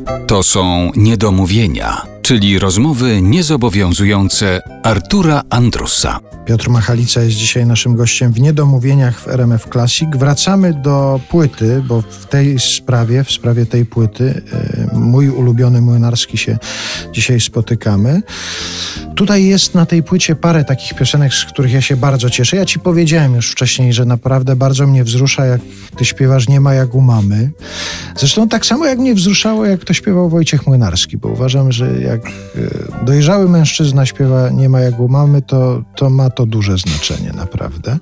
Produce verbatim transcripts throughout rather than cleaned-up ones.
To są niedomówienia, czyli rozmowy niezobowiązujące Artura Andrusa. Piotr Machalica jest dzisiaj naszym gościem w Niedomówieniach w R M F Classic. Wracamy do płyty, bo w tej sprawie, w sprawie tej płyty, yy, mój ulubiony Młynarski się dzisiaj spotykamy. Tutaj jest na tej płycie parę takich piosenek, z których ja się bardzo cieszę. Ja ci powiedziałem już wcześniej, że naprawdę bardzo mnie wzrusza, jak ty śpiewasz Nie ma jak u mamy. Zresztą tak samo jak mnie wzruszało, jak to śpiewał Wojciech Młynarski, bo uważam, że jak dojrzały mężczyzna śpiewa Nie ma jak u mamy, to, to ma to duże znaczenie, naprawdę.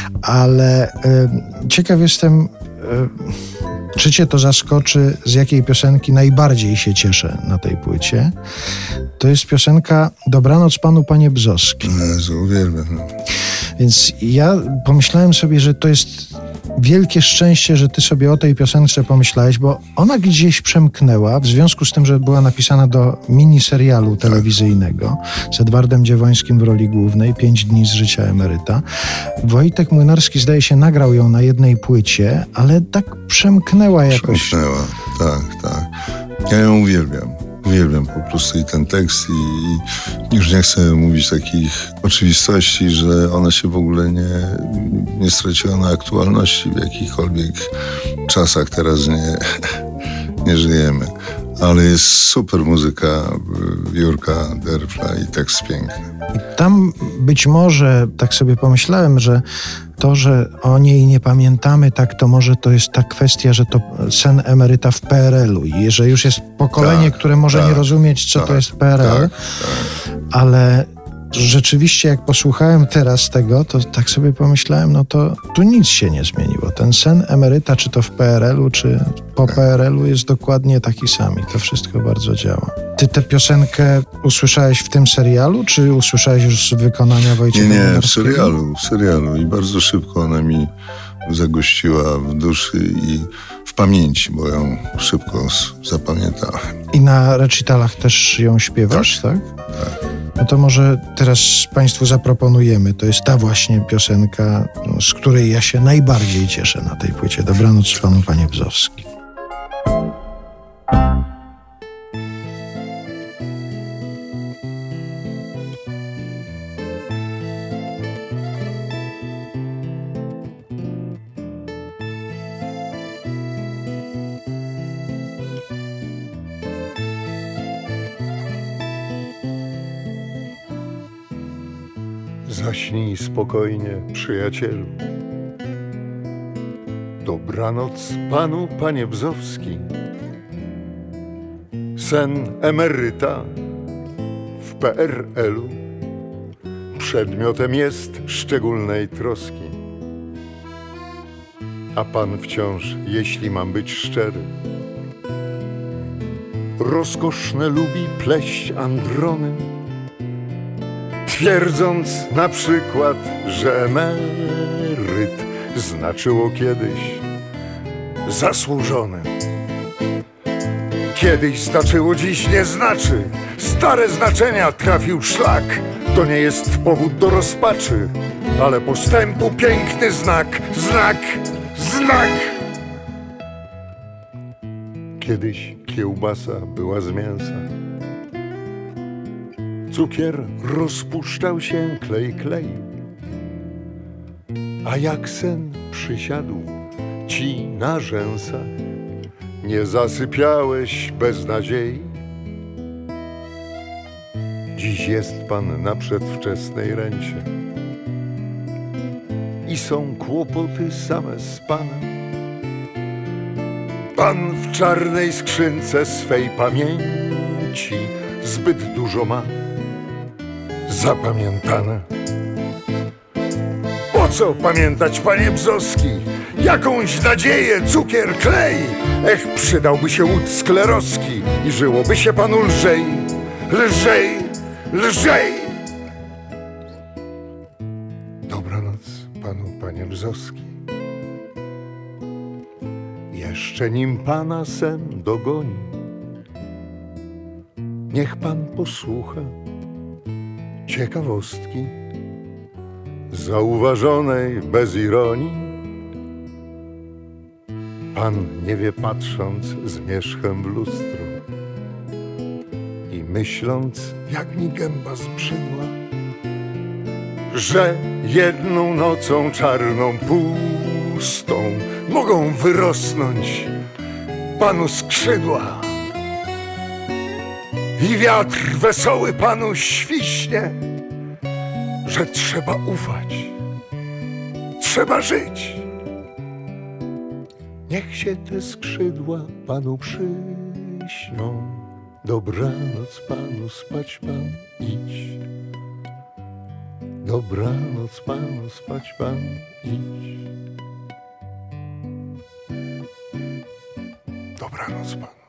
Ale y, ciekaw jestem, y, czy cię to zaskoczy, z jakiej piosenki najbardziej się cieszę na tej płycie. To jest piosenka Dobranoc Panu, Panie Bzowski. Jezu, uwielbiam. Więc ja pomyślałem sobie, że to jest wielkie szczęście, że ty sobie o tej piosence pomyślałeś, bo ona gdzieś przemknęła, w związku z tym, że była napisana do miniserialu telewizyjnego z Edwardem Dziewońskim w roli głównej, Pięć dni z życia emeryta. Wojtek Młynarski, zdaje się, nagrał ją na jednej płycie, ale tak przemknęła jakoś. Przemknęła, tak, tak. Ja ją uwielbiam. Uwielbiam po prostu i ten tekst i, i już nie chcę mówić takich oczywistości, że ona się w ogóle nie, nie straciła na aktualności w jakichkolwiek czasach. Teraz nie, nie żyjemy. Ale jest super muzyka Jurka Derfla i tekst piękny. I tam być może, tak sobie pomyślałem, że to, że o niej nie pamiętamy, tak to może to jest ta kwestia, że to sen emeryta w P R L u i że już jest pokolenie, tak, które może tak, nie rozumieć, co tak, to jest P R L, tak, tak. Ale rzeczywiście jak posłuchałem teraz tego, to tak sobie pomyślałem, no to tu nic się nie zmieniło. Ten sen emeryta, czy to w P R L u, czy po P R L u jest dokładnie taki sam i to wszystko bardzo działa. Ty tę piosenkę usłyszałeś w tym serialu, czy usłyszałeś już z wykonania Wojciecha Nie, nie, w Młynarskiego? serialu, w serialu i bardzo szybko ona mi zagościła w duszy i w pamięci, bo ją szybko zapamiętałem. I na recitalach też ją śpiewasz, tak? Tak. No to może teraz Państwu zaproponujemy. To jest ta właśnie piosenka, z której ja się najbardziej cieszę na tej płycie. Dobranoc Panu, Panie Bzowski. Zaśnij spokojnie, przyjacielu. Dobranoc Panu, Panie Bzowski. Sen emeryta w P R L u przedmiotem jest szczególnej troski. A Pan wciąż, jeśli mam być szczery, rozkoszne lubi pleść androny, twierdząc na przykład, że emeryt znaczyło kiedyś zasłużony. Kiedyś znaczyło, dziś nie znaczy. Stare znaczenia trafił szlak. To nie jest powód do rozpaczy, ale postępu piękny znak, znak, znak. Kiedyś kiełbasa była z mięsa, cukier rozpuszczał się, klej kleił. A jak sen przysiadł ci na rzęsach, nie zasypiałeś bez nadziei. Dziś jest pan na przedwczesnej rencie i są kłopoty same z panem. Pan w czarnej skrzynce swej pamięci zbyt dużo ma zapamiętane. Po co pamiętać, panie Bzowski, jakąś nadzieję, cukier, klej? Ech, przydałby się łód skleroski i żyłoby się panu lżej, lżej, lżej. Dobranoc panu, panie Bzowski. Jeszcze nim pana sen dogoni, niech pan posłucha ciekawostki zauważonej bez ironii. Pan nie wie, patrząc zmierzchem w lustro, myśląc, jak mi gęba zbrzydła, że jedną nocą czarną, pustą mogą wyrosnąć panu skrzydła i wiatr wesoły panu świśnie, że trzeba ufać, trzeba żyć. Niech się te skrzydła panu przyśnią. Dobranoc panu, spać pan idź. Dobranoc panu, spać pan idź. Dobranoc panu.